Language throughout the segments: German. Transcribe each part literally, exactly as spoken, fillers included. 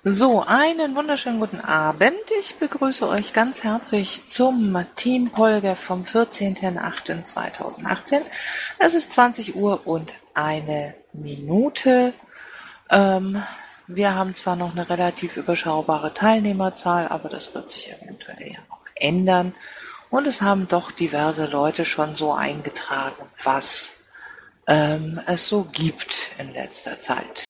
So, einen wunderschönen guten Abend. Ich begrüße euch ganz herzlich zum Team Polgef vom vierzehnten achten zweitausendachtzehn. Es ist zwanzig Uhr und eine Minute. Ähm, wir haben zwar noch eine relativ überschaubare Teilnehmerzahl, aber das wird sich eventuell ja noch ändern. Und es haben doch diverse Leute schon so eingetragen, was ähm, es so gibt in letzter Zeit.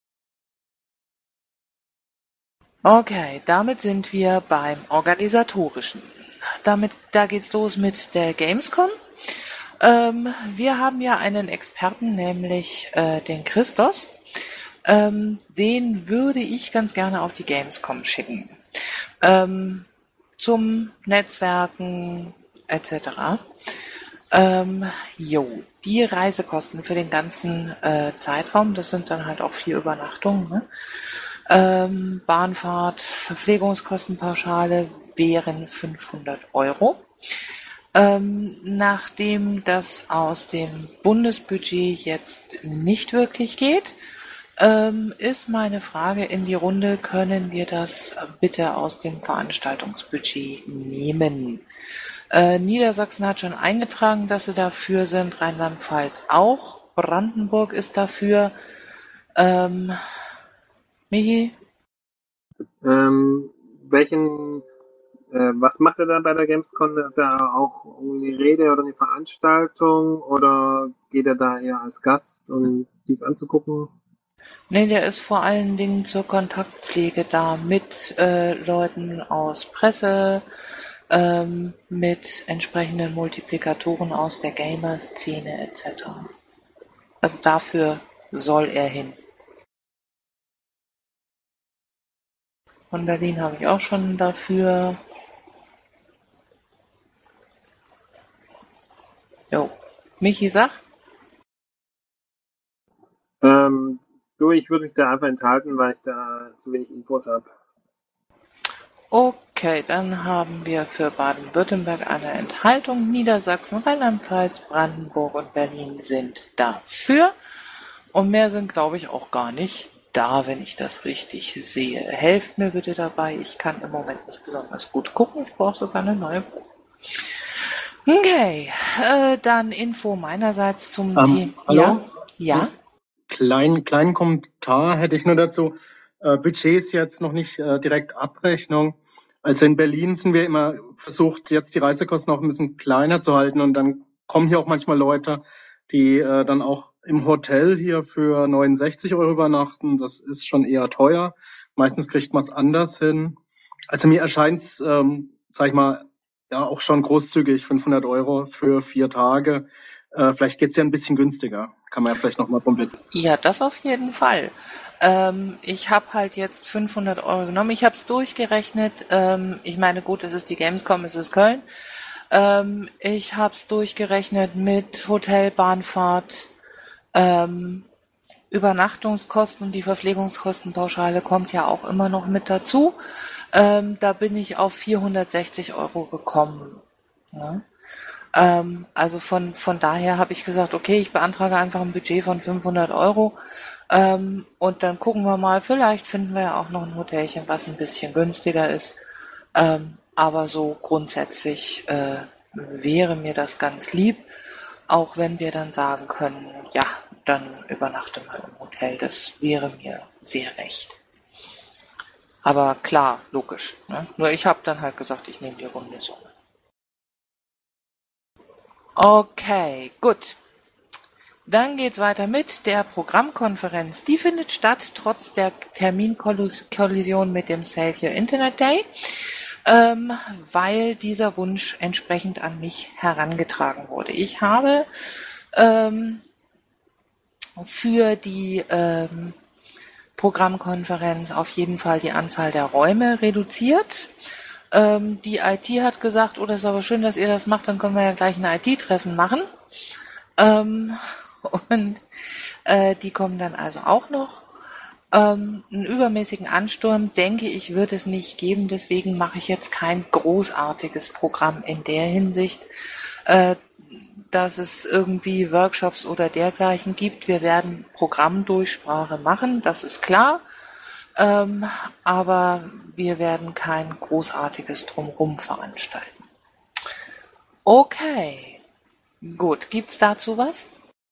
Okay, damit sind wir beim Organisatorischen. Damit, da geht's los mit der Gamescom. Ähm, wir haben ja einen Experten, nämlich äh, den Christos. Ähm, den würde ich ganz gerne auf die Gamescom schicken. Ähm, zum Netzwerken et cetera. Ähm, jo, die Reisekosten für den ganzen äh, Zeitraum, das sind dann halt auch vier Übernachtungen, ne? Ähm, Bahnfahrt, Verpflegungskostenpauschale wären fünfhundert Euro. Ähm, nachdem das aus dem Bundesbudget jetzt nicht wirklich geht, ähm, ist meine Frage in die Runde, können wir das bitte aus dem Veranstaltungsbudget nehmen? Äh, Niedersachsen hat schon eingetragen, dass sie dafür sind, Rheinland-Pfalz auch, Brandenburg ist dafür. Ähm, Michi? Ähm, welchen, äh, was macht er da bei der Gamescom? Ist er auch eine Rede oder eine Veranstaltung oder geht er da eher als Gast, um dies anzugucken? Nee, der ist vor allen Dingen zur Kontaktpflege da mit äh, Leuten aus Presse, ähm, mit entsprechenden Multiplikatoren aus der Gamer-Szene et cetera. Also dafür soll er hin. Von Berlin habe ich auch schon dafür. Jo. Michi, sag. Ähm, du, ich würde mich da einfach enthalten, weil ich da zu wenig Infos habe. Okay, dann haben wir für Baden-Württemberg eine Enthaltung. Niedersachsen, Rheinland-Pfalz, Brandenburg und Berlin sind dafür. Und mehr sind, glaube ich, auch gar nicht da, wenn ich das richtig sehe. Helft mir bitte dabei. Ich kann im Moment nicht besonders gut gucken. Ich brauche sogar eine neue Brille. Okay, äh, dann Info meinerseits zum Ähm, Thema. hallo? Ja, ja. Kleinen, kleinen Kommentar hätte ich nur dazu. Äh, Budget ist jetzt noch nicht äh, direkt Abrechnung. Also in Berlin sind wir immer versucht, jetzt die Reisekosten auch ein bisschen kleiner zu halten. Und dann kommen hier auch manchmal Leute, die äh, dann auch im Hotel hier für neunundsechzig Euro übernachten. Das ist schon eher teuer. Meistens kriegt man es anders hin. Also mir erscheint es, ähm, sag ich mal, ja auch schon großzügig, fünfhundert Euro für vier Tage. Äh, vielleicht geht's ja ein bisschen günstiger. Kann man ja vielleicht nochmal komplett. Ja, das auf jeden Fall. Ähm, ich habe halt jetzt fünfhundert Euro genommen. Ich habe es durchgerechnet. Ähm, ich meine, gut, es ist die Gamescom, es ist Köln. Ähm, ich habe es durchgerechnet mit Hotel, Bahnfahrt, ähm, Übernachtungskosten und die Verpflegungskostenpauschale kommt ja auch immer noch mit dazu. Ähm, da bin ich auf vierhundertsechzig Euro gekommen. Ja. Ähm, also von, von daher habe ich gesagt, okay, ich beantrage einfach ein Budget von fünfhundert Euro. Ähm, und dann gucken wir mal, vielleicht finden wir ja auch noch ein Hotelchen, was ein bisschen günstiger ist. Ähm, aber so grundsätzlich äh, wäre mir das ganz lieb, auch wenn wir dann sagen können, ja, dann übernachte mal im Hotel. Das wäre mir sehr recht. Aber klar, logisch. Ne? Nur ich habe dann halt gesagt, ich nehme die runde Summe. Okay, gut. Dann geht's weiter mit der Programmkonferenz. Die findet statt trotz der Terminkollision mit dem Save Your Internet Day, ähm, weil dieser Wunsch entsprechend an mich herangetragen wurde. Ich habe ähm, für die ähm, Programmkonferenz auf jeden Fall die Anzahl der Räume reduziert. Ähm, die I T hat gesagt, oh, das ist aber schön, dass ihr das macht, dann können wir ja gleich ein I T-Treffen machen. Ähm, und äh, die kommen dann also auch noch. Ähm, einen übermäßigen Ansturm, denke ich, wird es nicht geben. Deswegen mache ich jetzt kein großartiges Programm in der Hinsicht, äh, dass es irgendwie Workshops oder dergleichen gibt. Wir werden Programmdurchsprache machen, das ist klar. Ähm, aber wir werden kein großartiges Drumherum veranstalten. Okay, gut. Gibt's dazu was?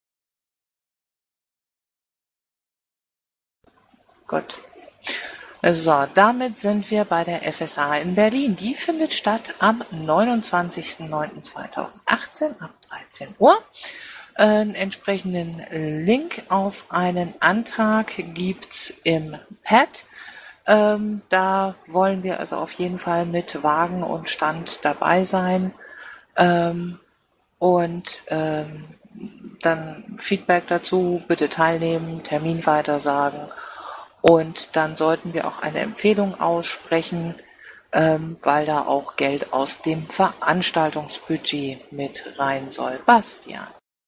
Gut. So, damit sind wir bei der F S A in Berlin. Die findet statt am neunundzwanzigsten neunten zweitausendachtzehn ab dreizehn Uhr. Einen entsprechenden Link auf einen Antrag gibt's im Pad. Ähm, da wollen wir also auf jeden Fall mit Wagen und Stand dabei sein. Ähm, und ähm, dann Feedback dazu, bitte teilnehmen, Termin weitersagen. Und dann sollten wir auch eine Empfehlung aussprechen, ähm, weil da auch Geld aus dem Veranstaltungsbudget mit rein soll. Bastian.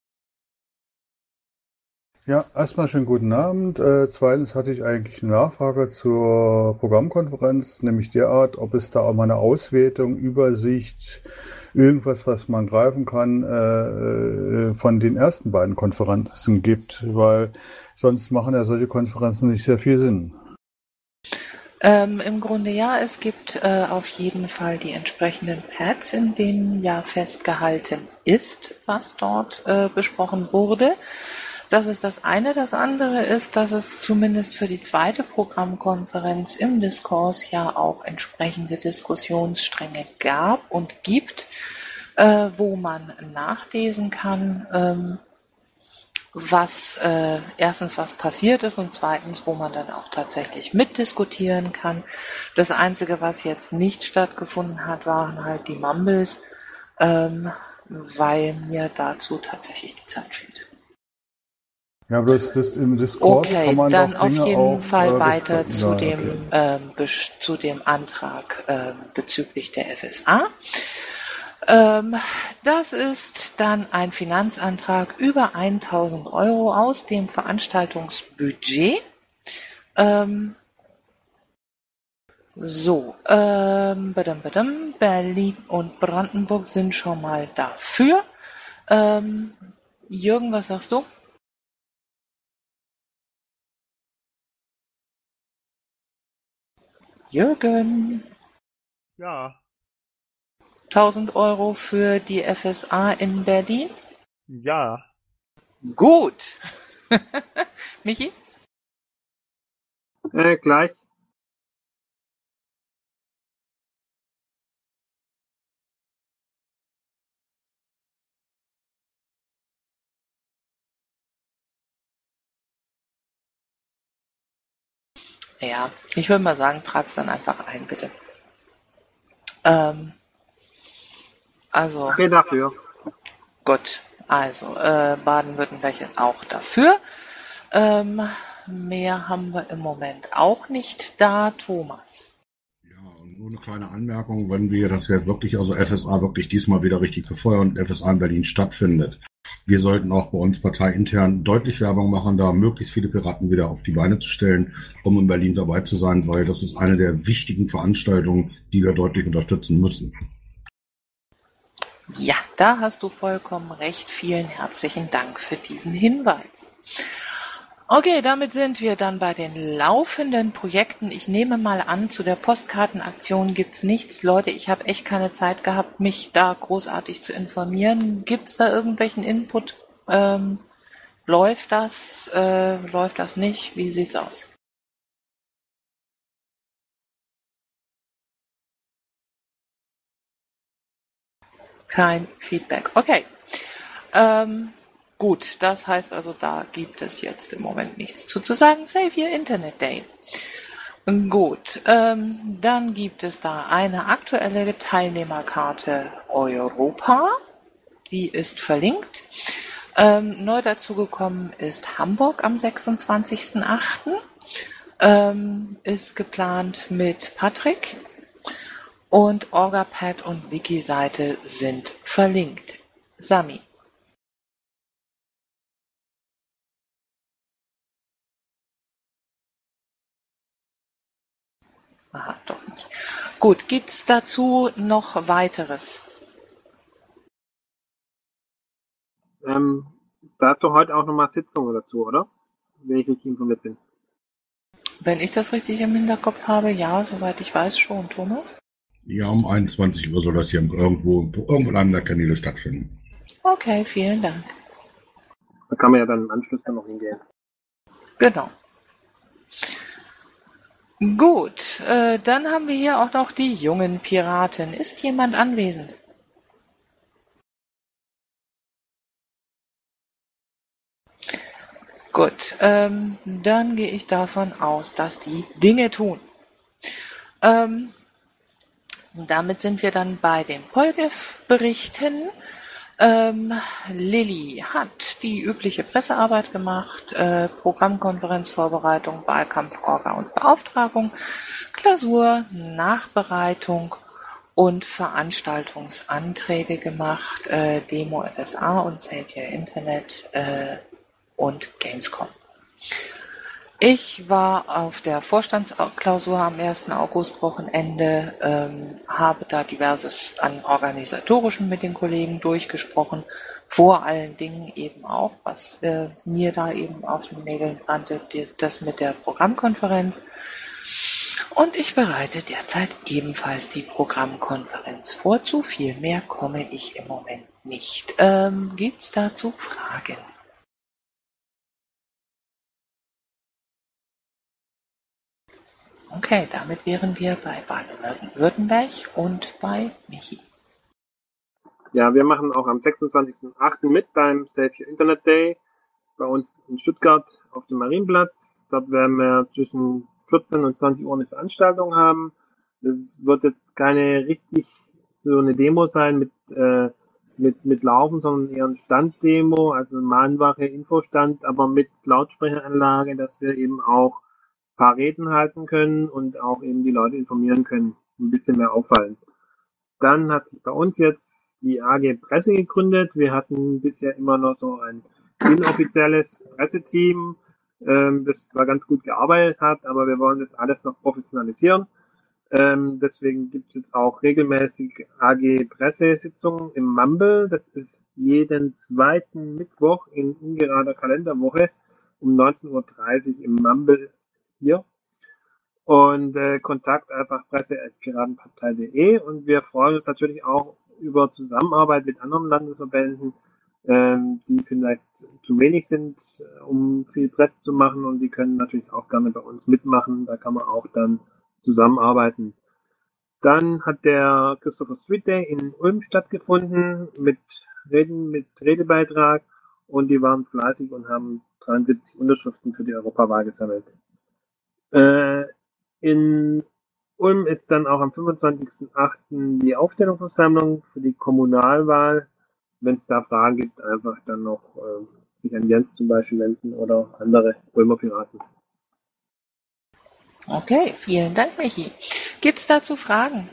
Ja, erstmal schönen guten Abend. Äh, zweitens hatte ich eigentlich eine Nachfrage zur Programmkonferenz, nämlich derart, ob es da auch mal eine Auswertung, Übersicht, irgendwas, was man greifen kann, äh, äh, von den ersten beiden Konferenzen gibt, weil sonst machen ja solche Konferenzen nicht sehr viel Sinn. Ähm, Im Grunde ja, es gibt äh, auf jeden Fall die entsprechenden Pads, in denen ja festgehalten ist, was dort äh, besprochen wurde. Das ist das eine. Das andere ist, dass es zumindest für die zweite Programmkonferenz im Diskurs ja auch entsprechende Diskussionsstränge gab und gibt, äh, wo man nachlesen kann, ähm, was äh, erstens was passiert ist und zweitens, wo man dann auch tatsächlich mitdiskutieren kann. Das Einzige, was jetzt nicht stattgefunden hat, waren halt die Mumbles, ähm, weil mir dazu tatsächlich die Zeit fehlt. Ja, bloß das im Diskurs kann Okay, man dann doch auf Dinge jeden auch Fall äh, weiter besprechen. zu Ja, dem, okay. ähm, besch- zu dem Antrag ähm, bezüglich der F S A. Ähm, das ist dann ein Finanzantrag über tausend Euro aus dem Veranstaltungsbudget. Ähm, so, ähm, badam, badam, Berlin und Brandenburg sind schon mal dafür. Ähm, Jürgen, was sagst du? Jürgen, Ja, tausend Euro für die F S A in Berlin? ja. Gut. Michi? Äh, gleich. Ja, ich würde mal sagen, trag's dann einfach ein, bitte. Ähm, also, Okay, dafür. gut. Also, äh, Baden-Württemberg ist auch dafür. Ähm, mehr haben wir im Moment auch nicht da. Thomas. Ja, und nur eine kleine Anmerkung, wenn wir das jetzt wirklich, also F S A wirklich diesmal wieder richtig befeuern und F S A in Berlin stattfindet. Wir sollten auch bei uns parteiintern deutlich Werbung machen, da möglichst viele Piraten wieder auf die Beine zu stellen, um in Berlin dabei zu sein, weil das ist eine der wichtigen Veranstaltungen, die wir deutlich unterstützen müssen. Ja, da hast du vollkommen recht. Vielen herzlichen Dank für diesen Hinweis. Okay, damit sind wir dann bei den laufenden Projekten. Ich nehme mal an, zu der Postkartenaktion gibt's nichts. Leute, ich habe echt keine Zeit gehabt, mich da großartig zu informieren. Gibt's da irgendwelchen Input? Ähm, läuft das? Äh, läuft das nicht? Wie sieht's aus? Kein Feedback. Okay. Ähm, gut, das heißt also, da gibt es jetzt im Moment nichts zu, zu sagen. Save Your Internet Day. Gut, ähm, dann gibt es da eine aktuelle Teilnehmerkarte Europa. Die ist verlinkt. Ähm, neu dazugekommen ist Hamburg am sechsundzwanzigsten achten Ähm, ist geplant mit Patrick. Und Orgapad und Wiki-Seite sind verlinkt. Sami. Aha, doch nicht. Gut, gibt's dazu noch weiteres? Ähm, da hast du heute auch nochmal Sitzungen dazu, oder? Wenn ich richtig informiert bin. Wenn ich das richtig im Hinterkopf habe, ja, soweit ich weiß schon, Thomas. Ja, um einundzwanzig Uhr soll das hier irgendwo, irgendwo in einem der Kanäle stattfinden. Okay, vielen Dank. Da kann man ja dann im Anschluss dann noch hingehen. Genau. Gut, äh, dann haben wir hier auch noch die jungen Piraten. Ist jemand anwesend? Gut, ähm, dann gehe ich davon aus, dass die Dinge tun. Ähm, damit sind wir dann bei den Polgef-Berichten. Ähm, Lilly hat die übliche Pressearbeit gemacht, äh, Programmkonferenzvorbereitung, Wahlkampforga und Beauftragung, Klausur, Nachbereitung und Veranstaltungsanträge gemacht, äh, Demo F S A und Save Your Internet äh, und Gamescom. Ich war auf der Vorstandsklausur am ersten August-Wochenende, ähm, habe da diverses an Organisatorischem mit den Kollegen durchgesprochen, vor allen Dingen eben auch, was äh, mir da eben auf den Nägeln brannte, das mit der Programmkonferenz. Und ich bereite derzeit ebenfalls die Programmkonferenz vor. Zu viel mehr komme ich im Moment nicht. Ähm, gibt's dazu Fragen? Okay, damit wären wir bei Baden-Württemberg und bei Michi. Ja, wir machen auch am sechsundzwanzigsten achten mit beim Save Your Internet Day bei uns in Stuttgart auf dem Marienplatz. Dort werden wir zwischen vierzehn und zwanzig Uhr eine Veranstaltung haben. Das wird jetzt keine richtig so eine Demo sein mit, äh, mit, mit Laufen, sondern eher ein Standdemo, also Mahnwache, Infostand, aber mit Lautsprecheranlage, dass wir eben auch ein paar Reden halten können und auch eben die Leute informieren können, ein bisschen mehr auffallen. Dann hat sich bei uns jetzt die A G Presse gegründet. Wir hatten bisher immer noch so ein inoffizielles Presseteam, ähm, das zwar ganz gut gearbeitet hat, aber wir wollen das alles noch professionalisieren. Ähm, deswegen gibt es jetzt auch regelmäßig A G Pressesitzungen im Mumble. Das ist jeden zweiten Mittwoch in ungerader Kalenderwoche um neunzehn Uhr dreißig im Mumble hier. Und äh, Kontakt einfach presse at piratenpartei punkt de und wir freuen uns natürlich auch über Zusammenarbeit mit anderen Landesverbänden, ähm, die vielleicht zu wenig sind, um viel Presse zu machen, und die können natürlich auch gerne bei uns mitmachen. Da kann man auch dann zusammenarbeiten. Dann hat der Christopher Street Day in Ulm stattgefunden mit Reden, mit Redebeitrag, und die waren fleißig und haben dreiundsiebzig Unterschriften für die Europawahl gesammelt. Äh, in Ulm ist dann auch am fünfundzwanzigsten achten die Aufstellungsversammlung für die Kommunalwahl. Wenn es da Fragen gibt, einfach dann noch äh, sich an Jens zum Beispiel wenden oder andere Ulmer Piraten. Okay, vielen Dank, Michi. Gibt es dazu Fragen?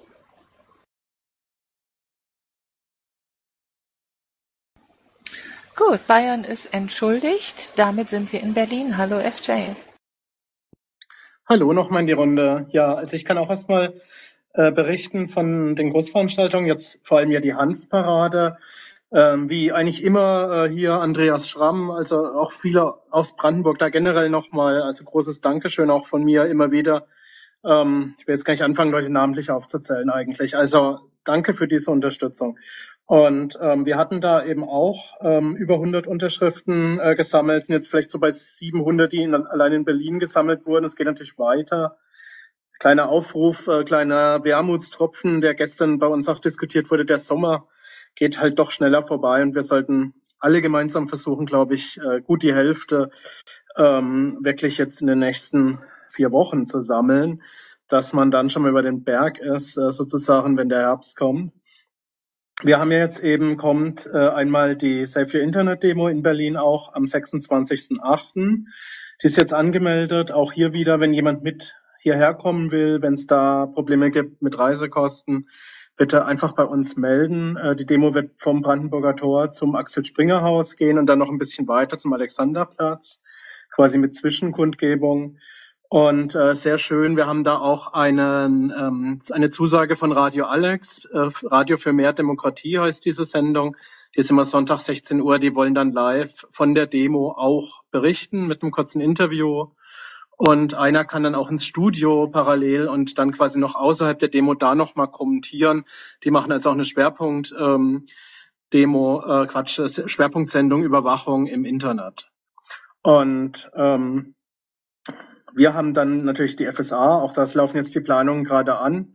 Gut, Bayern ist entschuldigt. Damit sind wir in Berlin. Hallo F J. Hallo nochmal in die Runde. Ja, also ich kann auch erstmal äh, berichten von den Großveranstaltungen, jetzt vor allem ja die Hans-Parade. Ähm, wie eigentlich immer äh, hier Andreas Schramm, also auch viele aus Brandenburg da generell nochmal, also großes Dankeschön auch von mir immer wieder. Ähm, ich will jetzt gar nicht anfangen, Leute namentlich aufzuzählen eigentlich. Also danke für diese Unterstützung. Und ähm, wir hatten da eben auch ähm, über hundert Unterschriften äh, gesammelt, sind jetzt vielleicht so bei siebenhundert, die in, allein in Berlin gesammelt wurden. Es geht natürlich weiter. Kleiner Aufruf, äh, kleiner Wermutstropfen, der gestern bei uns auch diskutiert wurde. Der Sommer geht halt doch schneller vorbei, und wir sollten alle gemeinsam versuchen, glaube ich, äh, gut die Hälfte ähm, wirklich jetzt in den nächsten vier Wochen zu sammeln, dass man dann schon mal über den Berg ist, äh, sozusagen, wenn der Herbst kommt. Wir haben ja jetzt eben, kommt äh, einmal die Save Your Internet Demo in Berlin auch am sechsundzwanzigsten achten Die ist jetzt angemeldet, auch hier wieder, wenn jemand mit hierher kommen will, wenn es da Probleme gibt mit Reisekosten, bitte einfach bei uns melden. Äh, die Demo wird vom Brandenburger Tor zum Axel-Springer-Haus gehen und dann noch ein bisschen weiter zum Alexanderplatz, quasi mit Zwischenkundgebung. Und äh, sehr schön, wir haben da auch einen, ähm, eine Zusage von Radio Alex, äh, Radio für mehr Demokratie heißt diese Sendung. Die ist immer Sonntag sechzehn Uhr, die wollen dann live von der Demo auch berichten mit einem kurzen Interview. Und einer kann dann auch ins Studio parallel und dann quasi noch außerhalb der Demo da nochmal kommentieren. Die machen jetzt auch eine Schwerpunkt ähm, Demo, äh, Quatsch, Schwerpunktsendung Überwachung im Internet. Und ähm, wir haben dann natürlich die F S A, auch das laufen jetzt die Planungen gerade an.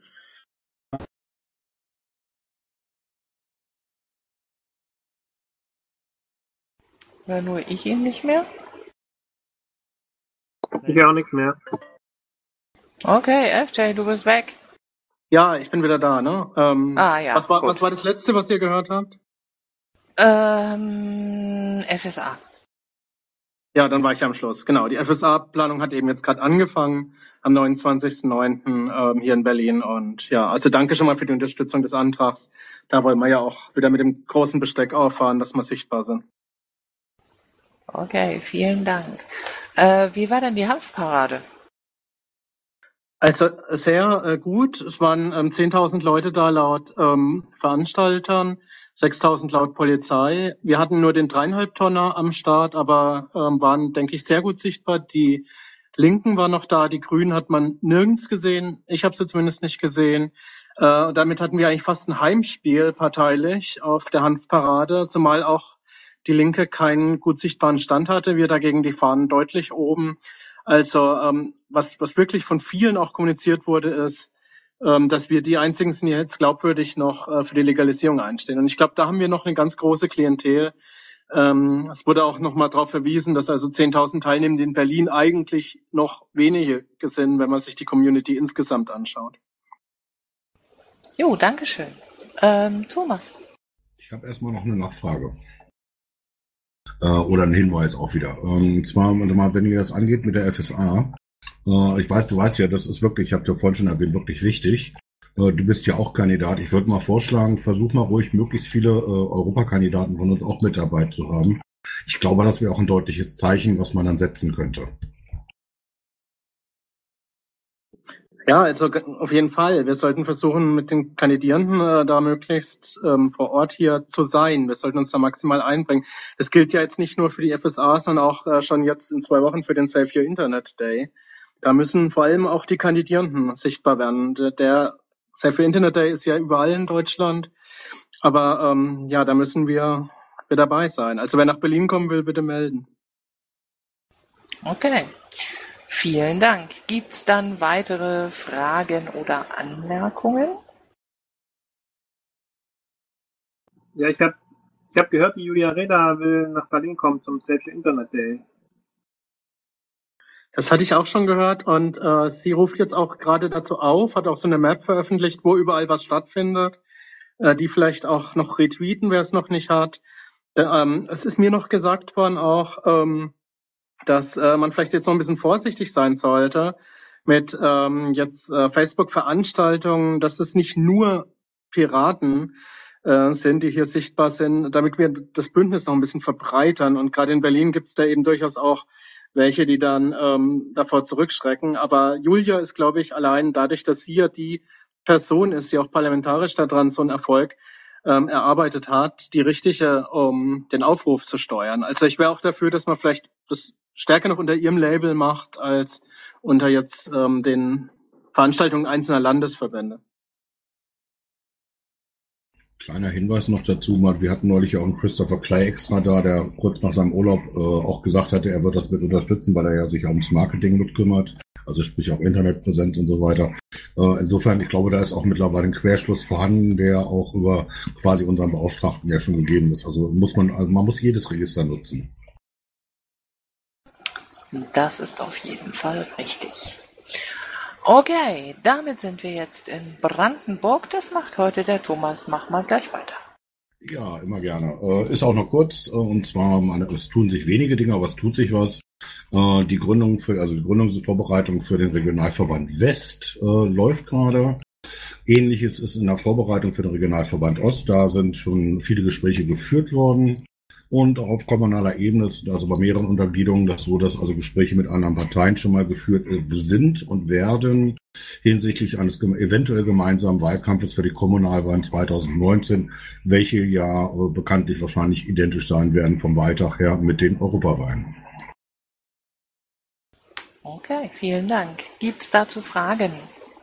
Ja, nur ich ihn nicht mehr? Ich auch nichts mehr. Okay, F J, du bist weg. Ja, ich bin wieder da, ne? Ähm, Ah ja, was war, gut. was war das Letzte, was ihr gehört habt? Ähm, F S A. Ja, dann war ich am Schluss. Genau, die F S A-Planung hat eben jetzt gerade angefangen am neunundzwanzigsten neunten Ähm, hier in Berlin. Und ja, also danke schon mal für die Unterstützung des Antrags. Da wollen wir ja auch wieder mit dem großen Besteck auffahren, dass wir sichtbar sind. Okay, vielen Dank. Äh, wie war denn die Hanfparade? Also sehr äh, gut. Es waren ähm, zehntausend Leute da laut ähm, Veranstaltern, sechstausend laut Polizei. Wir hatten nur den dreieinhalb Tonner am Start, aber ähm, waren, denke ich, sehr gut sichtbar. Die Linken waren noch da, die Grünen hat man nirgends gesehen. Ich habe sie zumindest nicht gesehen. Äh, damit hatten wir eigentlich fast ein Heimspiel parteilich auf der Hanfparade, zumal auch die Linke keinen gut sichtbaren Stand hatte. Wir dagegen die Fahnen deutlich oben. Also ähm, was, was wirklich von vielen auch kommuniziert wurde, ist, ähm, dass wir die einzigen sind, die jetzt glaubwürdig noch äh, für die Legalisierung einstehen. Und ich glaube, da haben wir noch eine ganz große Klientel. Ähm, es wurde auch noch mal darauf verwiesen, dass also zehntausend Teilnehmende in Berlin eigentlich noch wenige sind, wenn man sich die Community insgesamt anschaut. Jo, danke schön. Ähm, Thomas. Ich habe erstmal noch eine Nachfrage. Äh, oder einen Hinweis auch wieder. Ähm, und zwar, wenn ihr das angeht mit der F S A, äh, ich weiß, du weißt ja, das ist wirklich, ich habe ja vorhin schon erwähnt, wirklich wichtig. Äh, du bist ja auch Kandidat. Ich würde mal vorschlagen, versuch mal ruhig möglichst viele äh, Europakandidaten von uns auch mit dabei zu haben. Ich glaube, das wäre auch ein deutliches Zeichen, was man dann setzen könnte. Ja, also auf jeden Fall. Wir sollten versuchen, mit den Kandidierenden äh, da möglichst ähm, vor Ort hier zu sein. Wir sollten uns da maximal einbringen. Das gilt ja jetzt nicht nur für die F S A, sondern auch äh, schon jetzt in zwei Wochen für den Save Your Internet Day. Da müssen vor allem auch die Kandidierenden sichtbar werden. Der, der Save Your Internet Day ist ja überall in Deutschland. Aber ähm, ja, da müssen wir, wir dabei sein. Also wer nach Berlin kommen will, bitte melden. Okay. Vielen Dank. Gibt's dann weitere Fragen oder Anmerkungen? Ja, ich habe ich hab gehört, die Julia Reda will nach Berlin kommen zum Save Your Internet Day. Das hatte ich auch schon gehört und äh, sie ruft jetzt auch gerade dazu auf, hat auch so eine Map veröffentlicht, wo überall was stattfindet, äh, die vielleicht auch noch retweeten, wer es noch nicht hat. Da, ähm, es ist mir noch gesagt worden auch, ähm, dass äh, man vielleicht jetzt noch ein bisschen vorsichtig sein sollte mit ähm, jetzt äh, Facebook-Veranstaltungen, dass es nicht nur Piraten äh, sind, die hier sichtbar sind, damit wir das Bündnis noch ein bisschen verbreitern. Und gerade in Berlin gibt es da eben durchaus auch welche, die dann ähm, davor zurückschrecken. Aber Julia ist, glaube ich, allein dadurch, dass sie ja die Person ist, die auch parlamentarisch daran so einen Erfolg ähm, erarbeitet hat, die richtige, um den Aufruf zu steuern. Also ich wäre auch dafür, dass man vielleicht das stärker noch unter ihrem Label macht, als unter jetzt ähm, den Veranstaltungen einzelner Landesverbände. Kleiner Hinweis noch dazu, wir hatten neulich auch einen Christopher Clay extra da, der kurz nach seinem Urlaub äh, auch gesagt hatte, er wird das mit unterstützen, weil er ja sich ums Marketing mitkümmert, also sprich auch Internetpräsenz und so weiter. Äh, insofern, ich glaube, da ist auch mittlerweile ein Querschluss vorhanden, der auch über quasi unseren Beauftragten ja schon gegeben ist. Also muss man, also man muss jedes Register nutzen. Das ist auf jeden Fall richtig. Okay, damit sind wir jetzt in Brandenburg. Das macht heute der Thomas. Mach mal gleich weiter. Ja, immer gerne. Äh, ist auch noch kurz, äh, und zwar, meine, es tun sich wenige Dinge, aber es tut sich was. Äh, die Gründung für, also die Gründungsvorbereitung für den Regionalverband West äh, läuft gerade. Ähnliches ist in der Vorbereitung für den Regionalverband Ost. Da sind schon viele Gespräche geführt worden. Und auch auf kommunaler Ebene, also bei mehreren Untergliederungen, das so, dass also Gespräche mit anderen Parteien schon mal geführt sind und werden hinsichtlich eines eventuell gemeinsamen Wahlkampfes für die Kommunalwahlen zwanzig neunzehn, welche ja bekanntlich wahrscheinlich identisch sein werden vom Wahltag her mit den Europawahlen. Okay, vielen Dank. Gibt's dazu Fragen?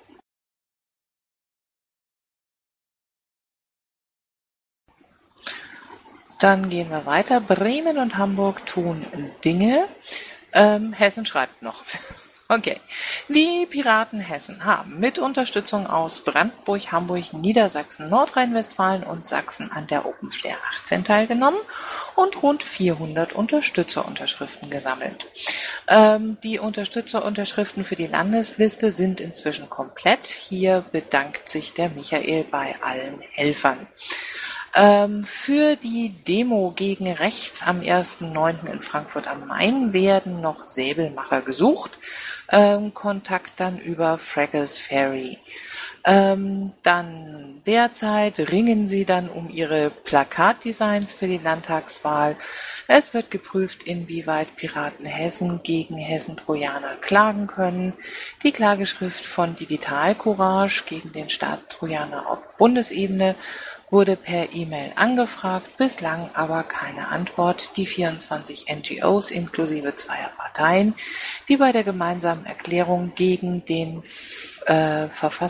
Dann gehen wir weiter. Bremen und Hamburg tun Dinge. Ähm, Hessen schreibt noch. Okay. Die Piraten Hessen haben mit Unterstützung aus Brandenburg, Hamburg, Niedersachsen, Nordrhein-Westfalen und Sachsen an der Open Flair achtzehn teilgenommen und rund vierhundert Unterstützerunterschriften gesammelt. Ähm, die Unterstützerunterschriften für die Landesliste sind inzwischen komplett. Hier bedankt sich der Michael bei allen Helfern. Ähm, für die Demo gegen rechts am ersten neunten in Frankfurt am Main werden noch Säbelmacher gesucht. Ähm, Kontakt dann über Fraggles Ferry. Ähm, dann derzeit ringen sie dann um ihre Plakatdesigns für die Landtagswahl. Es wird geprüft, inwieweit Piraten Hessen gegen Hessen-Trojaner klagen können. Die Klageschrift von Digital Courage gegen den Staat Trojaner auf Bundesebene wurde per E-Mail angefragt, bislang aber keine Antwort. Die vierundzwanzig N G Os inklusive zweier Parteien, die bei der gemeinsamen Erklärung gegen den äh,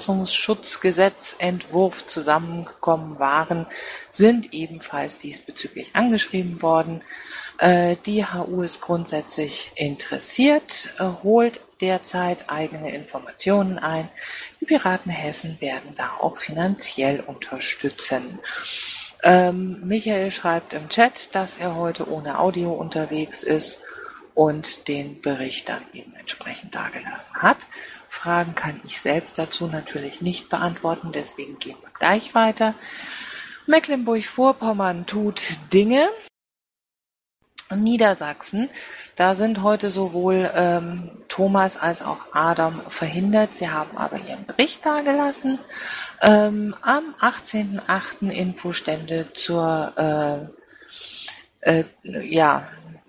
Verfassungsschutzgesetzentwurf zusammengekommen waren, sind ebenfalls diesbezüglich angeschrieben worden. Äh, die H U ist grundsätzlich interessiert, äh, holt derzeit eigene Informationen ein. Die Piraten Hessen werden da auch finanziell unterstützen. Ähm, Michael schreibt im Chat, dass er heute ohne Audio unterwegs ist und den Bericht dann eben entsprechend dargelassen hat. Fragen kann ich selbst dazu natürlich nicht beantworten, deswegen gehen wir gleich weiter. Mecklenburg-Vorpommern tut Dinge. Niedersachsen, da sind heute sowohl ähm, Thomas als auch Adam verhindert. Sie haben aber ihren Bericht dargelassen. Ähm, am achtzehnten achten Infostände zur äh, äh, ja,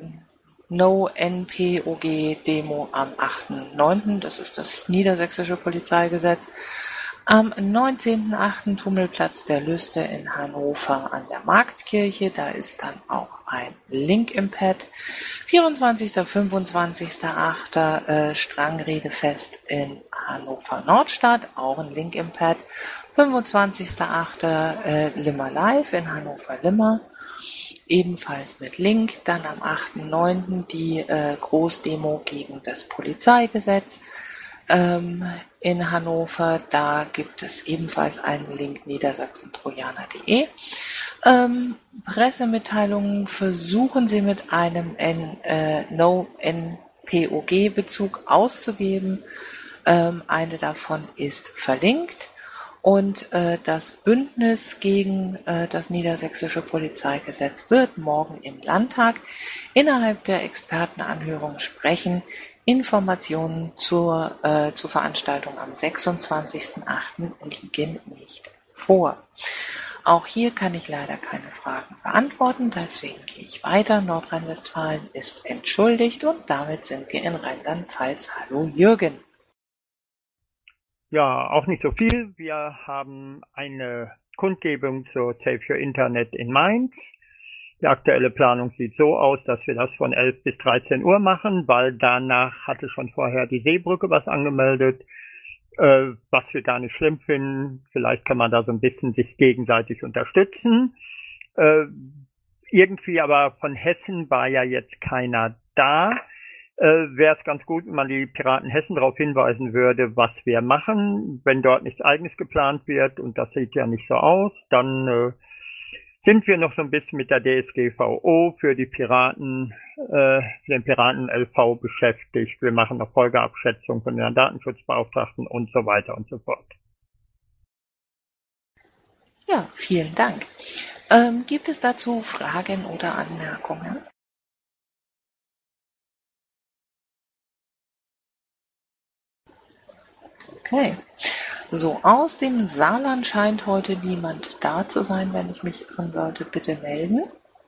No-N P O G-Demo am achten neunten Das ist das niedersächsische Polizeigesetz. Am neunzehnten achten Tummelplatz der Lüste in Hannover an der Marktkirche. Da ist dann auch ein Link im Pad. vierundzwanzigsten fünfundzwanzigsten achten Äh, Strangredefest in Hannover Nordstadt. Auch ein Link im Pad. fünfundzwanzigsten achten Äh, Limmer Live in Hannover Limmer. Ebenfalls mit Link. Dann am achten neunten die äh, Großdemo gegen das Polizeigesetz ähm, in Hannover. Da gibt es ebenfalls einen Link niedersachsen-trojaner punkt de. Ähm, Pressemitteilungen versuchen Sie mit einem N, äh, No-N P O G-Bezug auszugeben. Ähm, eine davon ist verlinkt. Und äh, das Bündnis gegen äh, das niedersächsische Polizeigesetz wird morgen im Landtag innerhalb der Expertenanhörung sprechen. Informationen zur, äh, zur Veranstaltung am sechsundzwanzigsten achten liegen nicht vor. Auch hier kann ich leider keine Fragen beantworten, deswegen gehe ich weiter. Nordrhein-Westfalen ist entschuldigt und damit sind wir in Rheinland-Pfalz. Hallo Jürgen. Ja, auch nicht so viel. Wir haben eine Kundgebung zur Save Your Internet in Mainz. Die aktuelle Planung sieht so aus, dass wir das von elf bis dreizehn Uhr machen, weil danach hatte schon vorher die Seebrücke was angemeldet, äh, was wir gar nicht schlimm finden. Vielleicht kann man da so ein bisschen sich gegenseitig unterstützen. Äh, irgendwie aber von Hessen war ja jetzt keiner da. Äh, wäre es ganz gut, wenn man die Piraten Hessen darauf hinweisen würde, was wir machen. Wenn dort nichts Eigenes geplant wird, und das sieht ja nicht so aus, dann äh, sind wir noch so ein bisschen mit der D S G V O für die Piraten, äh, für den Piraten-L V beschäftigt. Wir machen noch Folgeabschätzung von den Datenschutzbeauftragten und so weiter und so fort. Ja, vielen Dank. Ähm, gibt es dazu Fragen oder Anmerkungen? Okay. So, aus dem Saarland scheint heute niemand da zu sein. Wenn ich mich irren sollte, bitte melden.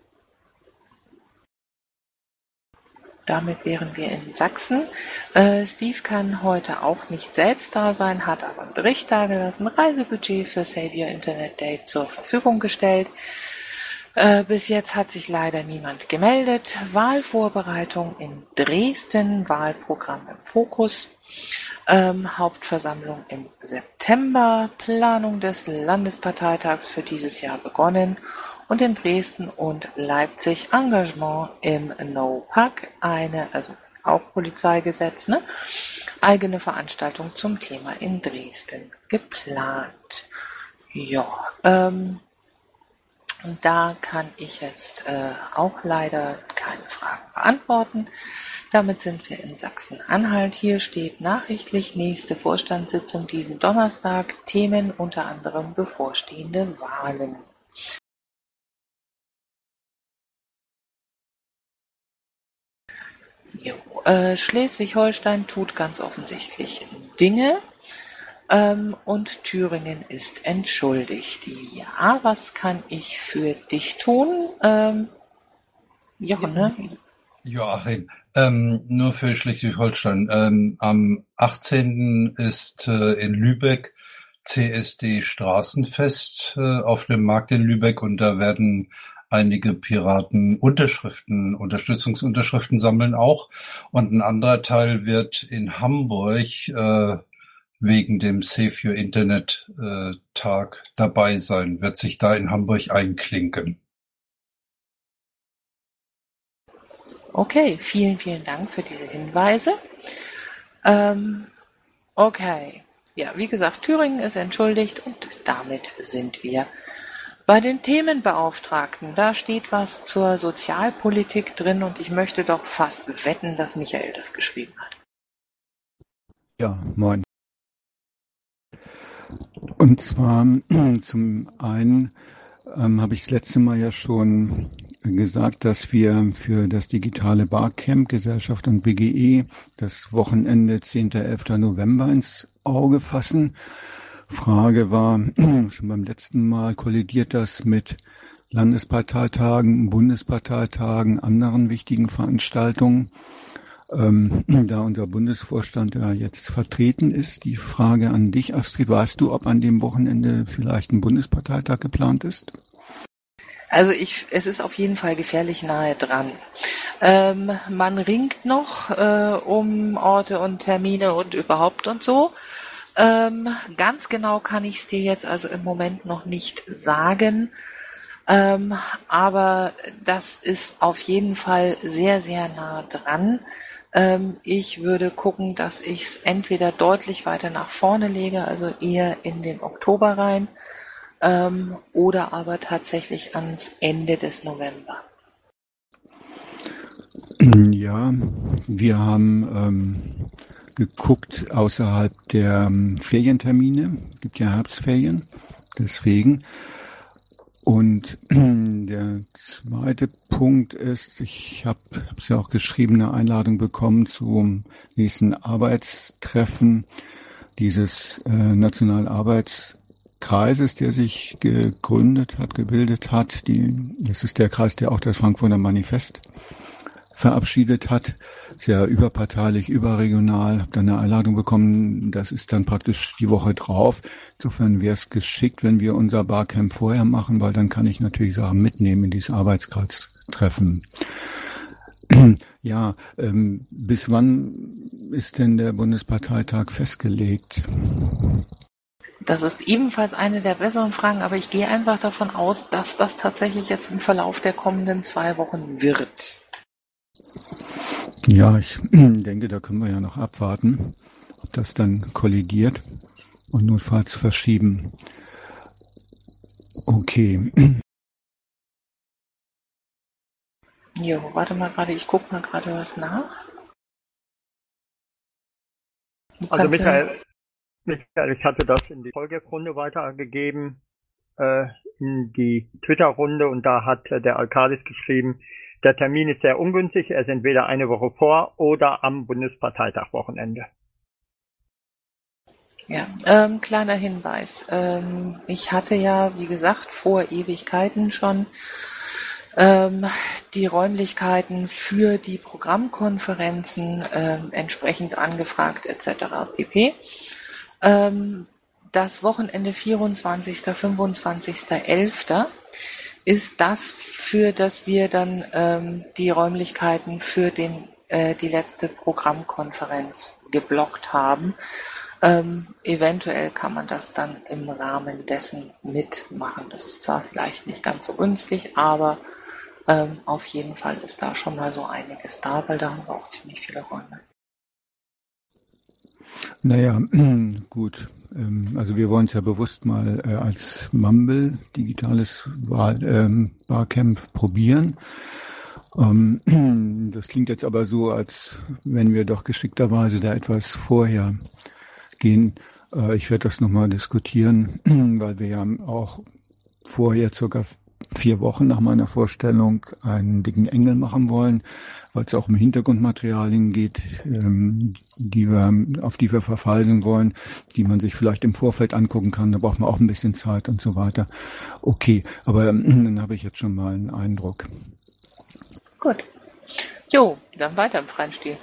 Damit wären wir in Sachsen. Äh, Steve kann heute auch nicht selbst da sein, hat aber einen Bericht dargelassen, Reisebudget für Save Your Internet Day zur Verfügung gestellt. Äh, bis jetzt hat sich leider niemand gemeldet. Wahlvorbereitung in Dresden, Wahlprogramm im Fokus. Ähm, Hauptversammlung im September, Planung des Landesparteitags für dieses Jahr begonnen und in Dresden und Leipzig Engagement im No-Pack, eine, also auch Polizeigesetz, ne, eigene Veranstaltung zum Thema in Dresden geplant. Ja, ähm, und da kann ich jetzt äh, auch leider keine Fragen beantworten. Damit sind wir in Sachsen-Anhalt. Hier steht nachrichtlich nächste Vorstandssitzung diesen Donnerstag. Themen unter anderem bevorstehende Wahlen. Jo, äh, Schleswig-Holstein tut ganz offensichtlich Dinge. Ähm, und Thüringen ist entschuldigt. Ja, was kann ich für dich tun? Ähm, Jochen, ne? Joachim, ähm, nur für Schleswig-Holstein. Ähm, am achtzehnten ist äh, in Lübeck C S D Straßenfest äh, auf dem Markt in Lübeck und da werden einige Piraten Unterschriften, Unterstützungsunterschriften sammeln auch. Und ein anderer Teil wird in Hamburg äh, wegen dem Save Your Internet äh, Tag dabei sein, wird sich da in Hamburg einklinken. Okay, vielen, vielen Dank für diese Hinweise. Ähm, okay, ja, wie gesagt, Thüringen ist entschuldigt und damit sind wir bei den Themenbeauftragten. Da steht was zur Sozialpolitik drin und ich möchte doch fast wetten, dass Michael das geschrieben hat. Ja, moin. Und zwar zum einen ähm, habe ich das letzte Mal ja schon gesagt, dass wir für das digitale Barcamp Gesellschaft und B G E das Wochenende zehnten elften November ins Auge fassen. Frage war, schon beim letzten Mal kollidiert das mit Landesparteitagen, Bundesparteitagen, anderen wichtigen Veranstaltungen. Ähm, da unser Bundesvorstand ja jetzt vertreten ist, die Frage an dich, Astrid, weißt du, ob an dem Wochenende vielleicht ein Bundesparteitag geplant ist? Also ich, es ist auf jeden Fall gefährlich nahe dran. Ähm, man ringt noch äh, um Orte und Termine und überhaupt und so. Ähm, ganz genau kann ich es dir jetzt also im Moment noch nicht sagen. Ähm, aber das ist auf jeden Fall sehr, sehr nah dran. Ähm, ich würde gucken, dass ich es entweder deutlich weiter nach vorne lege, also eher in den Oktober rein, ähm, oder aber tatsächlich ans Ende des November. Ja, wir haben ähm, geguckt außerhalb der ähm, Ferientermine, gibt ja Herbstferien, deswegen. Und der zweite Punkt ist, ich habe es ja auch geschrieben, eine Einladung bekommen zum nächsten Arbeitstreffen dieses äh, Nationalen Arbeitskreises, der sich gegründet hat, gebildet hat. Die, das ist der Kreis, der auch das Frankfurter Manifest verabschiedet hat, sehr überparteilich, überregional, habe dann eine Einladung bekommen, das ist dann praktisch die Woche drauf. Insofern wäre es geschickt, wenn wir unser Barcamp vorher machen, weil dann kann ich natürlich Sachen mitnehmen in dieses Arbeitskreistreffen. Ja, ähm, bis wann ist denn der Bundesparteitag festgelegt? Das ist ebenfalls eine der besseren Fragen, aber ich gehe einfach davon aus, dass das tatsächlich jetzt im Verlauf der kommenden zwei Wochen wird. Ja, ich denke, da können wir ja noch abwarten, ob das dann kollidiert und notfalls verschieben. Okay. Jo, warte mal gerade, ich gucke mal gerade was nach. Du Also kannst ja- Michael, Michael, ich hatte das in die Folgerunde weitergegeben, äh, in die Twitter-Runde und da hat äh, der Alcadis geschrieben, der Termin ist sehr ungünstig, er ist entweder eine Woche vor oder am Bundesparteitag-Wochenende. Ja, ähm, kleiner Hinweis. Ähm, ich hatte ja, wie gesagt, vor Ewigkeiten schon ähm, die Räumlichkeiten für die Programmkonferenzen ähm, entsprechend angefragt et cetera pp. Ähm, das Wochenende vierundzwanzigsten fünfundzwanzigsten elften ist das, für das wir dann ähm, die Räumlichkeiten für den äh, die letzte Programmkonferenz geblockt haben. Ähm, eventuell kann man das dann im Rahmen dessen mitmachen. Das ist zwar vielleicht nicht ganz so günstig, aber ähm, auf jeden Fall ist da schon mal so einiges da, weil da haben wir auch ziemlich viele Räume. Naja, gut. Also wir wollen es ja bewusst mal äh, als Mumble, digitales Wahl, ähm, Barcamp probieren. Ähm, das klingt jetzt aber so, als wenn wir doch geschickterweise da etwas vorher gehen. Äh, ich werde das nochmal diskutieren, weil wir ja auch vorher circa vier Wochen nach meiner Vorstellung einen dicken Engel machen wollen, weil es auch um Hintergrundmaterialien geht, ähm, die wir, auf die wir verweisen wollen, die man sich vielleicht im Vorfeld angucken kann. Da braucht man auch ein bisschen Zeit und so weiter. Okay, aber ähm, dann habe ich jetzt schon mal einen Eindruck. Gut. Jo, dann weiter im freien Stil.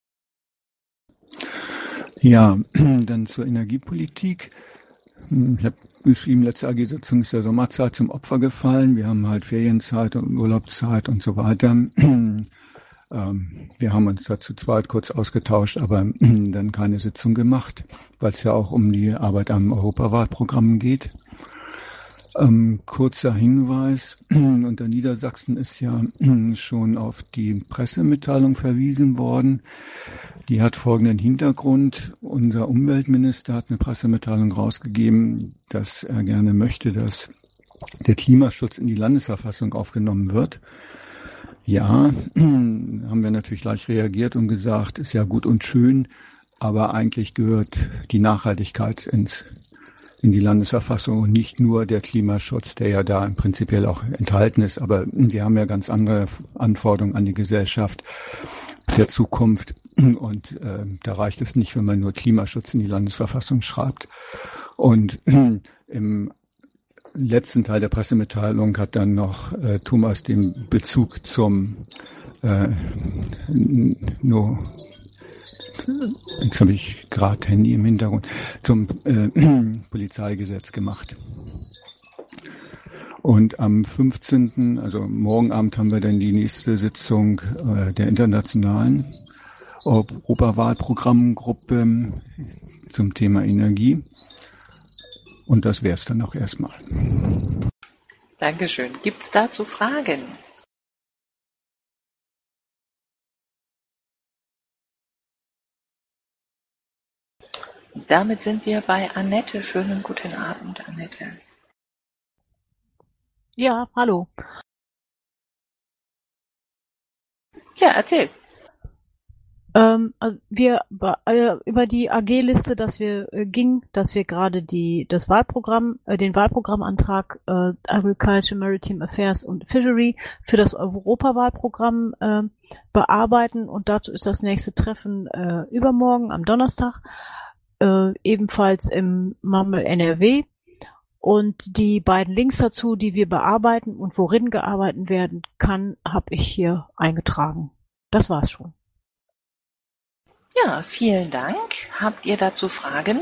Ja, dann zur Energiepolitik. Ich habe geschrieben, letzte A G-Sitzung ist der Sommerzeit zum Opfer gefallen. Wir haben halt Ferienzeit und Urlaubszeit und so weiter. Ähm, wir haben uns da zu zweit kurz ausgetauscht, aber dann keine Sitzung gemacht, weil es ja auch um die Arbeit am Europawahlprogramm geht. Ähm, kurzer Hinweis, unter Niedersachsen ist ja schon auf die Pressemitteilung verwiesen worden. Die hat folgenden Hintergrund. Unser Umweltminister hat eine Pressemitteilung rausgegeben, dass er gerne möchte, dass der Klimaschutz in die Landesverfassung aufgenommen wird. Ja, haben wir natürlich gleich reagiert und gesagt, ist ja gut und schön, aber eigentlich gehört die Nachhaltigkeit ins in die Landesverfassung und nicht nur der Klimaschutz, der ja da im Prinzipiell auch enthalten ist. Aber wir haben ja ganz andere Anforderungen an die Gesellschaft der Zukunft. Und äh, da reicht es nicht, wenn man nur Klimaschutz in die Landesverfassung schreibt. Und äh, im letzten Teil der Pressemitteilung hat dann noch äh, Thomas den Bezug zum äh, no, Jetzt habe ich gerade Handy im Hintergrund, zum äh, Polizeigesetz gemacht. Und am fünfzehnten, also morgen Abend, haben wir dann die nächste Sitzung äh, der internationalen Europawahlprogrammgruppe zum Thema Energie. Und das wäre es dann auch erstmal. Dankeschön. Gibt es dazu Fragen? Damit sind wir bei Annette. Schönen guten Abend, Annette. Ja, hallo. Ja, erzähl. Ähm, wir äh, über die A G-Liste, dass wir äh, ging, dass wir gerade die das Wahlprogramm, äh, den Wahlprogrammantrag äh, Agriculture, Maritime Affairs und Fishery für das Europawahlprogramm äh, bearbeiten, und dazu ist das nächste Treffen äh, übermorgen am Donnerstag. Äh, ebenfalls im Mumble N R W, und die beiden Links dazu, die wir bearbeiten und worin gearbeitet werden kann, habe ich hier eingetragen. Das war's schon. Ja, vielen Dank. Habt ihr dazu Fragen?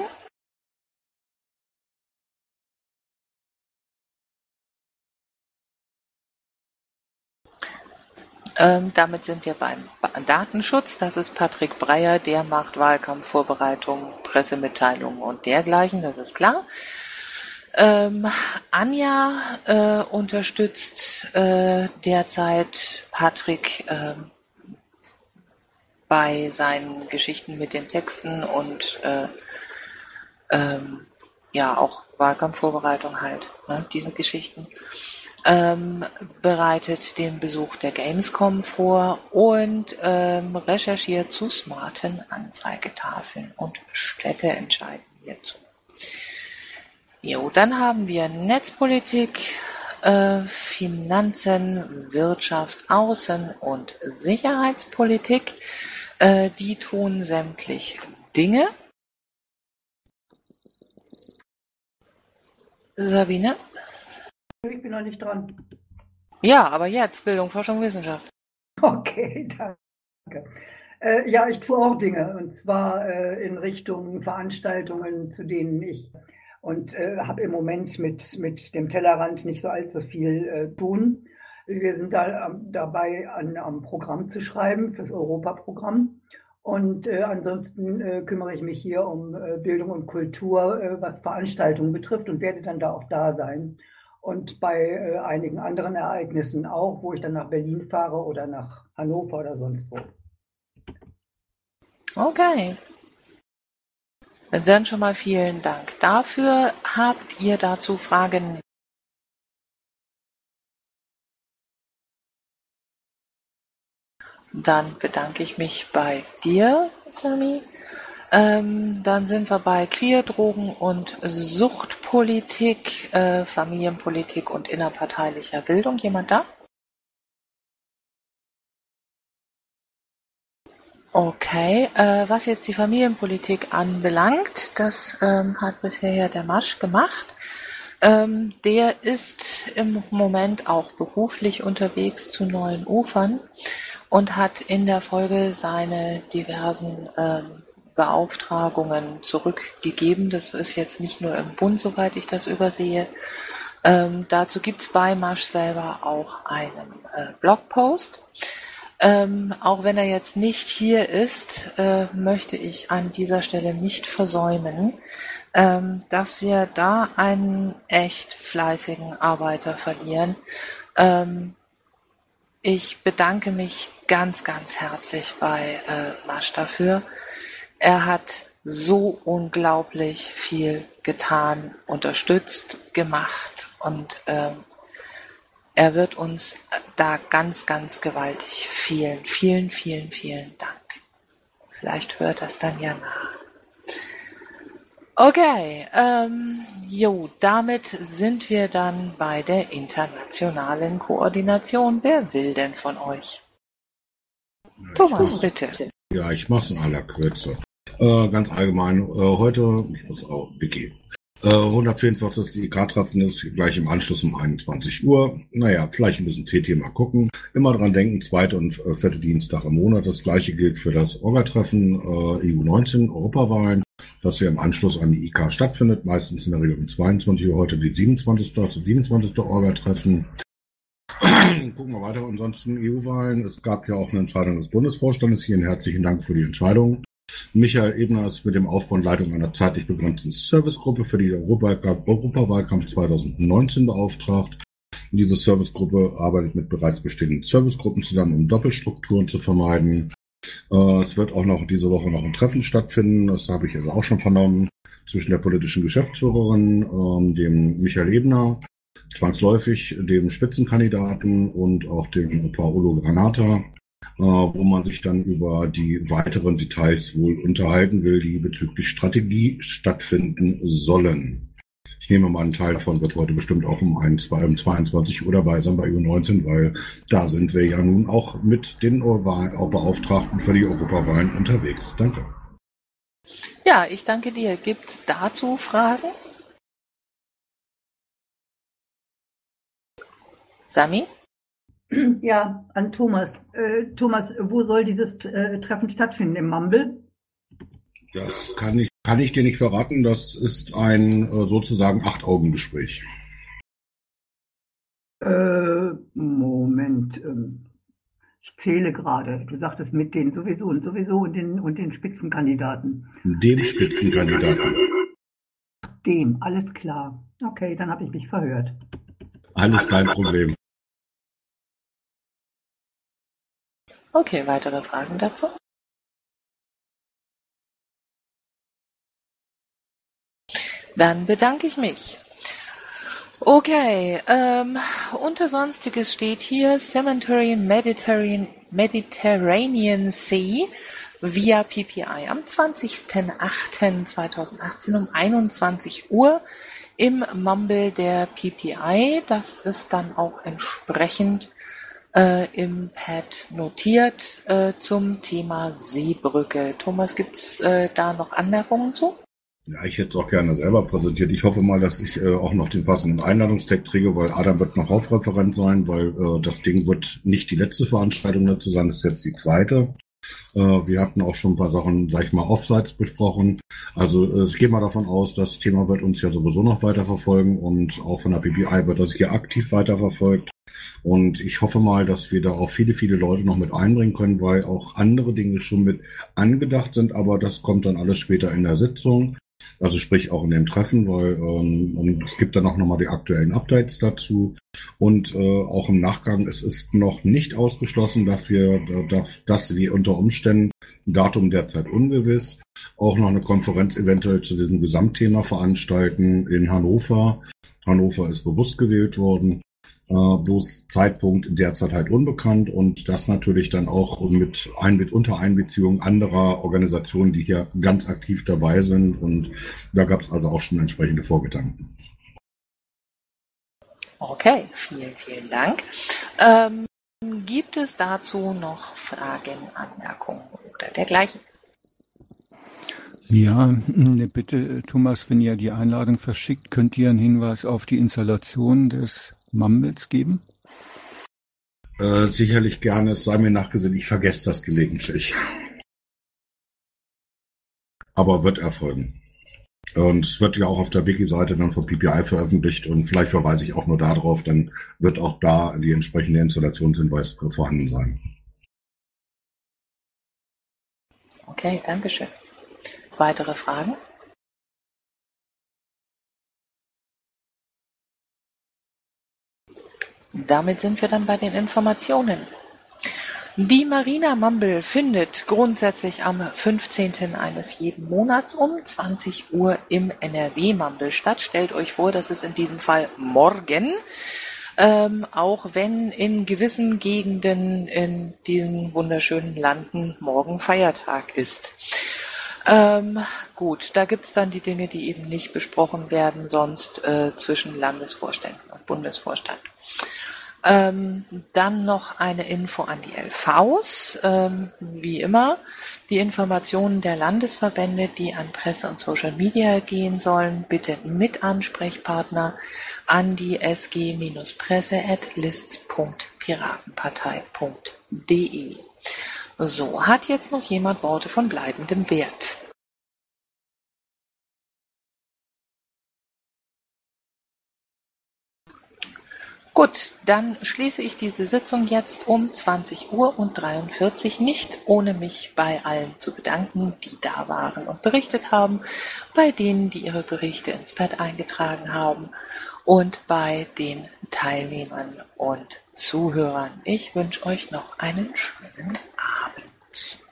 Ähm, damit sind wir beim Datenschutz. Das ist Patrick Breyer, der macht Wahlkampfvorbereitung, Pressemitteilungen und dergleichen, das ist klar. Ähm, Anja äh, unterstützt äh, derzeit Patrick äh, bei seinen Geschichten mit den Texten und äh, ähm, ja auch Wahlkampfvorbereitung halt, ne, diese Geschichten. Ähm, bereitet den Besuch der Gamescom vor und ähm, recherchiert zu smarten Anzeigetafeln und Städte entscheiden hierzu. Jo, dann haben wir Netzpolitik, äh, Finanzen, Wirtschaft, Außen- und Sicherheitspolitik. Äh, die tun sämtlich Dinge. Sabine? Ich bin noch nicht dran. Ja, aber jetzt Bildung, Forschung, Wissenschaft. Okay, danke. Äh, ja, ich tue auch Dinge, und zwar äh, in Richtung Veranstaltungen, zu denen ich und äh, habe im Moment mit, mit dem Tellerrand nicht so allzu viel äh, tun. Wir sind da ähm, dabei, an am Programm zu schreiben, fürs Europaprogramm. Und äh, ansonsten äh, kümmere ich mich hier um äh, Bildung und Kultur, äh, was Veranstaltungen betrifft, und werde dann da auch da sein. Und bei äh, einigen anderen Ereignissen auch, wo ich dann nach Berlin fahre oder nach Hannover oder sonst wo. Okay. Dann schon mal vielen Dank dafür. Habt ihr dazu Fragen? Dann bedanke ich mich bei dir, Sami. Ähm, dann sind wir bei Queer, Drogen und Suchtpolitik, äh, Familienpolitik und innerparteilicher Bildung. Jemand da? Okay, äh, was jetzt die Familienpolitik anbelangt, das ähm, hat bisher ja der Masch gemacht. Ähm, der ist im Moment auch beruflich unterwegs zu neuen Ufern und hat in der Folge seine diversen ähm, Beauftragungen zurückgegeben. Das ist jetzt nicht nur im Bund, soweit ich das übersehe. Ähm, dazu gibt's bei Masch selber auch einen äh, Blogpost. Ähm, auch wenn er jetzt nicht hier ist, äh, möchte ich an dieser Stelle nicht versäumen, ähm, dass wir da einen echt fleißigen Arbeiter verlieren. Ähm, ich bedanke mich ganz, ganz herzlich bei äh, Masch dafür. Er hat so unglaublich viel getan, unterstützt, gemacht und ähm, er wird uns da ganz, ganz gewaltig vielen, vielen, vielen, vielen Dank. Vielleicht hört das dann ja nach. Okay, ähm, jo, damit sind wir dann bei der internationalen Koordination. Wer will denn von euch? Ja, Thomas, ich bitte. Ja, ich mache es in aller Kürze. Äh, ganz allgemein, äh, heute, ich muss auch begehen. Äh, hundertvierundvierzig I K-Treffen ist gleich im Anschluss um einundzwanzig Uhr. Naja, vielleicht ein bisschen C T mal gucken. Immer dran denken, zweite und äh, vierte Dienstag im Monat. Das gleiche gilt für das Orga-Treffen äh, E U neunzehn, Europawahlen, das ja im Anschluss an die I K stattfindet. Meistens in der Regel um zweiundzwanzig Uhr. Heute die siebenundzwanzigste Also siebenundzwanzigste Orga-Treffen. Gucken wir weiter. Ansonsten E U-Wahlen. Es gab ja auch eine Entscheidung des Bundesvorstandes. Hier einen herzlichen Dank für die Entscheidung. Michael Ebner ist mit dem Aufbau und Leitung einer zeitlich begrenzten Servicegruppe für die Europawahlkampf zwanzig neunzehn beauftragt. Diese Servicegruppe arbeitet mit bereits bestehenden Servicegruppen zusammen, um Doppelstrukturen zu vermeiden. Äh, es wird auch noch diese Woche noch ein Treffen stattfinden, das habe ich also auch schon vernommen, zwischen der politischen Geschäftsführerin, äh, dem Michael Ebner, zwangsläufig dem Spitzenkandidaten und auch dem Paolo Granata, äh, wo man sich dann über die weiteren Details wohl unterhalten will, die bezüglich Strategie stattfinden sollen. Ich nehme mal einen Teil davon, wird heute bestimmt auch um, ein, zwei, um zweiundzwanzig Uhr dabei sein bei E U neunzehn, weil da sind wir ja nun auch mit den auch Beauftragten für die Europawahlen unterwegs. Danke. Ja, ich danke dir. Gibt's dazu Fragen? Sami? Ja, an Thomas. Äh, Thomas, wo soll dieses äh, Treffen stattfinden? Im Mumble? Das kann ich, kann ich dir nicht verraten. Das ist ein äh, sozusagen Acht-Augen-Gespräch. Äh, Moment. Ähm, ich zähle gerade. Du sagtest mit den sowieso und sowieso und den, und den Spitzenkandidaten. Dem Spitzenkandidaten. Dem, alles klar. Okay, dann habe ich mich verhört. Alles kein Problem. Okay, weitere Fragen dazu? Dann bedanke ich mich. Okay, ähm, unter Sonstiges steht hier Cemetery Mediterranean, Mediterranean Sea via P P I am zwanzigsten achten zweitausendachtzehn um einundzwanzig Uhr im Mumble der P P I. Das ist dann auch entsprechend äh, im Pad notiert äh, zum Thema Seebrücke. Thomas, gibt's äh, da noch Anmerkungen zu? Ja, ich hätte es auch gerne selber präsentiert. Ich hoffe mal, dass ich äh, auch noch den passenden Einladungstext kriege, weil Adam wird noch Hauptreferent sein, weil äh, das Ding wird nicht die letzte Veranstaltung dazu sein, das ist jetzt die zweite. Äh, wir hatten auch schon ein paar Sachen, sag ich mal, offseits besprochen. Also äh, ich gehe mal davon aus, das Thema wird uns ja sowieso noch weiterverfolgen und auch von der P P I wird das hier aktiv weiterverfolgt. Und ich hoffe mal, dass wir da auch viele, viele Leute noch mit einbringen können, weil auch andere Dinge schon mit angedacht sind, aber das kommt dann alles später in der Sitzung. Also sprich auch in den Treffen, weil ähm, und es gibt dann auch nochmal die aktuellen Updates dazu. Und äh, auch im Nachgang, es ist noch nicht ausgeschlossen, dafür, dass wir unter Umständen, Datum derzeit ungewiss, auch noch eine Konferenz eventuell zu diesem Gesamtthema veranstalten in Hannover. Hannover ist bewusst gewählt worden. Uh, bloß Zeitpunkt derzeit halt unbekannt und das natürlich dann auch mit, ein, mit unter Einbeziehung anderer Organisationen, die hier ganz aktiv dabei sind, und da gab es also auch schon entsprechende Vorgedanken. Okay, vielen, vielen Dank. Ähm, gibt es dazu noch Fragen, Anmerkungen oder dergleichen? Ja, bitte, Thomas, wenn ihr die Einladung verschickt, könnt ihr einen Hinweis auf die Installation des Mumbles geben? Äh, sicherlich gerne, es sei mir nachgesehen, ich vergesse das gelegentlich. Aber wird erfolgen. Und es wird ja auch auf der Wiki-Seite dann von P P I veröffentlicht und vielleicht verweise ich auch nur darauf, dann wird auch da die entsprechende Installationshinweis vorhanden sein. Okay, danke schön. Weitere Fragen? Damit sind wir dann bei den Informationen. Die Marina Mumble findet grundsätzlich am fünfzehnten eines jeden Monats um zwanzig Uhr im N R W Mumble statt. Stellt euch vor, das ist in diesem Fall morgen, ähm, auch wenn in gewissen Gegenden in diesen wunderschönen Landen morgen Feiertag ist. Ähm, gut, da gibt's dann die Dinge, die eben nicht besprochen werden, sonst äh, zwischen Landesvorständen und Bundesvorstand. Ähm, dann noch eine Info an die L Vs, ähm, wie immer, die Informationen der Landesverbände, die an Presse und Social Media gehen sollen, bitte mit Ansprechpartner an die s g presse at lists punkt piratenpartei punkt de. So, hat jetzt noch jemand Worte von bleibendem Wert? Gut, dann schließe ich diese Sitzung jetzt um zwanzig Uhr und dreiundvierzig, nicht ohne mich bei allen zu bedanken, die da waren und berichtet haben, bei denen, die ihre Berichte ins Pad eingetragen haben und bei den Teilnehmern und Zuhörern. Ich wünsche euch noch einen schönen Abend.